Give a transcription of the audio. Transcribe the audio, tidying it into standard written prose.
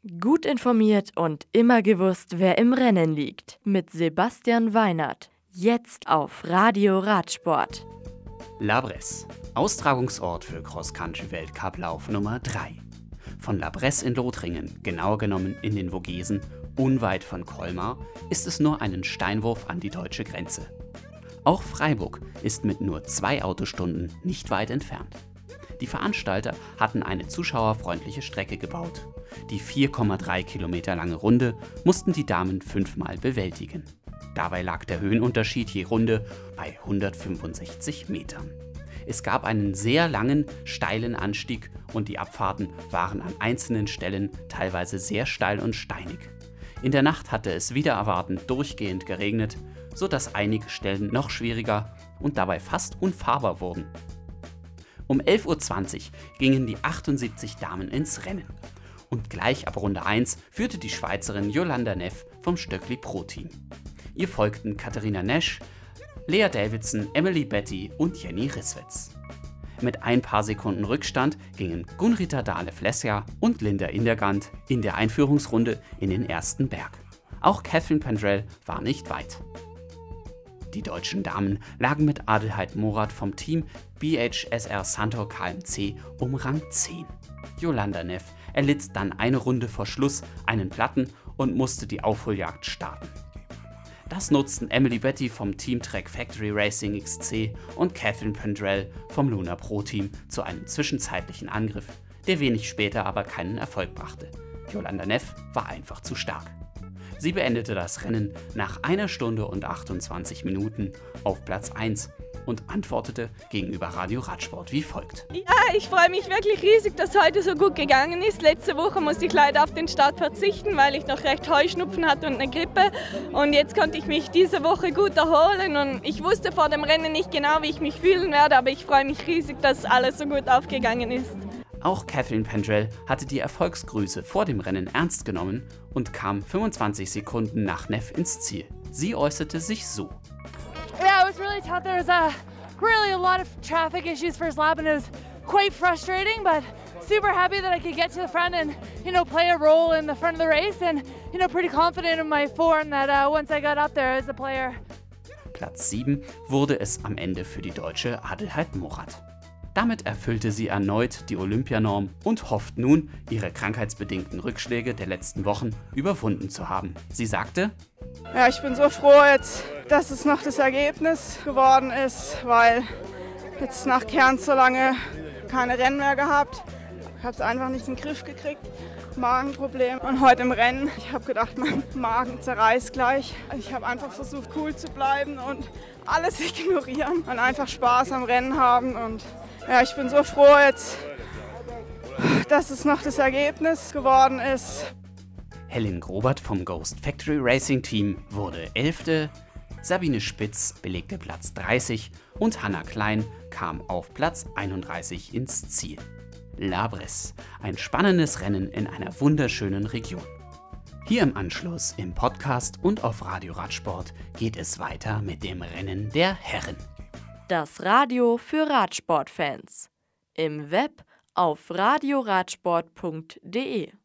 Gut informiert und immer gewusst, wer im Rennen liegt. Mit Sebastian Weinert. Jetzt auf Radio Radsport. La Bresse, Austragungsort für Cross-Country-Weltcup-Lauf Nummer 3. Von La Bresse in Lothringen, genauer genommen in den Vogesen, unweit von Colmar, ist es nur einen Steinwurf an die deutsche Grenze. Auch Freiburg ist mit nur 2 Autostunden nicht weit entfernt. Die Veranstalter hatten eine zuschauerfreundliche Strecke gebaut. Die 4,3 Kilometer lange Runde mussten die Damen 5-mal bewältigen. Dabei lag der Höhenunterschied je Runde bei 165 Metern. Es gab einen sehr langen, steilen Anstieg und die Abfahrten waren an einzelnen Stellen teilweise sehr steil und steinig. In der Nacht hatte es wider Erwarten durchgehend geregnet, sodass einige Stellen noch schwieriger und dabei fast unfahrbar wurden. Um 11:20 Uhr gingen die 78 Damen ins Rennen. Und gleich ab Runde 1 führte die Schweizerin Jolanda Neff vom Stöckli Pro Team. Ihr folgten Katharina Nesch, Lea Davidson, Emily Betty und Jenny Risswitz. Mit ein paar Sekunden Rückstand gingen Gunrita Dahle-Flesja und Linda Indergand in der Einführungsrunde in den ersten Berg. Auch Catherine Pendrell war nicht weit. Die deutschen Damen lagen mit Adelheid Morath vom Team BHSR Santor KMC um Rang 10. Jolanda Neff erlitt dann eine Runde vor Schluss einen Platten und musste die Aufholjagd starten. Das nutzten Emily Betty vom Team Trek Factory Racing XC und Catherine Pendrell vom Luna Pro Team zu einem zwischenzeitlichen Angriff, der wenig später aber keinen Erfolg brachte. Jolanda Neff war einfach zu stark. Sie beendete das Rennen nach 1 Stunde und 28 Minuten auf Platz 1 und antwortete gegenüber Radio Radsport wie folgt. Ja, ich freue mich wirklich riesig, dass heute so gut gegangen ist. Letzte Woche musste ich leider auf den Start verzichten, weil ich noch recht Heuschnupfen hatte und eine Grippe. Und jetzt konnte ich mich diese Woche gut erholen und ich wusste vor dem Rennen nicht genau, wie ich mich fühlen werde, aber ich freue mich riesig, dass alles so gut aufgegangen ist. Auch Catherine Pendrell hatte die Erfolgsgrüße vor dem Rennen ernst genommen und kam 25 Sekunden nach Neff ins Ziel. Sie äußerte sich so. Yeah, it was really tough. There was really a lot of traffic issues first lap and it was quite frustrating, but super happy that I could get to the front and, play a role in the front of the race and, pretty confident in my form that once I got up there as a player. Platz 7 wurde es am Ende für die Deutsche Adelheid Morath. Damit erfüllte sie erneut die Olympianorm und hofft nun, ihre krankheitsbedingten Rückschläge der letzten Wochen überwunden zu haben. Sie sagte: Ja, ich bin so froh jetzt, dass es noch das Ergebnis geworden ist, weil jetzt nach Cairns so lange keine Rennen mehr gehabt. Ich habe es einfach nicht in den Griff gekriegt. Magenproblem. Und heute im Rennen, ich habe gedacht, mein Magen zerreißt gleich. Ich habe einfach versucht, cool zu bleiben und alles ignorieren und einfach Spaß am Rennen haben. Und ja, ich bin so froh jetzt, dass es noch das Ergebnis geworden ist. Helen Grobert vom Ghost Factory Racing Team wurde 11., Sabine Spitz belegte Platz 30 und Hanna Klein kam auf Platz 31 ins Ziel. La Bresse, ein spannendes Rennen in einer wunderschönen Region. Hier im Anschluss im Podcast und auf Radio Radsport geht es weiter mit dem Rennen der Herren. Das Radio für Radsportfans. Im Web auf radioradsport.de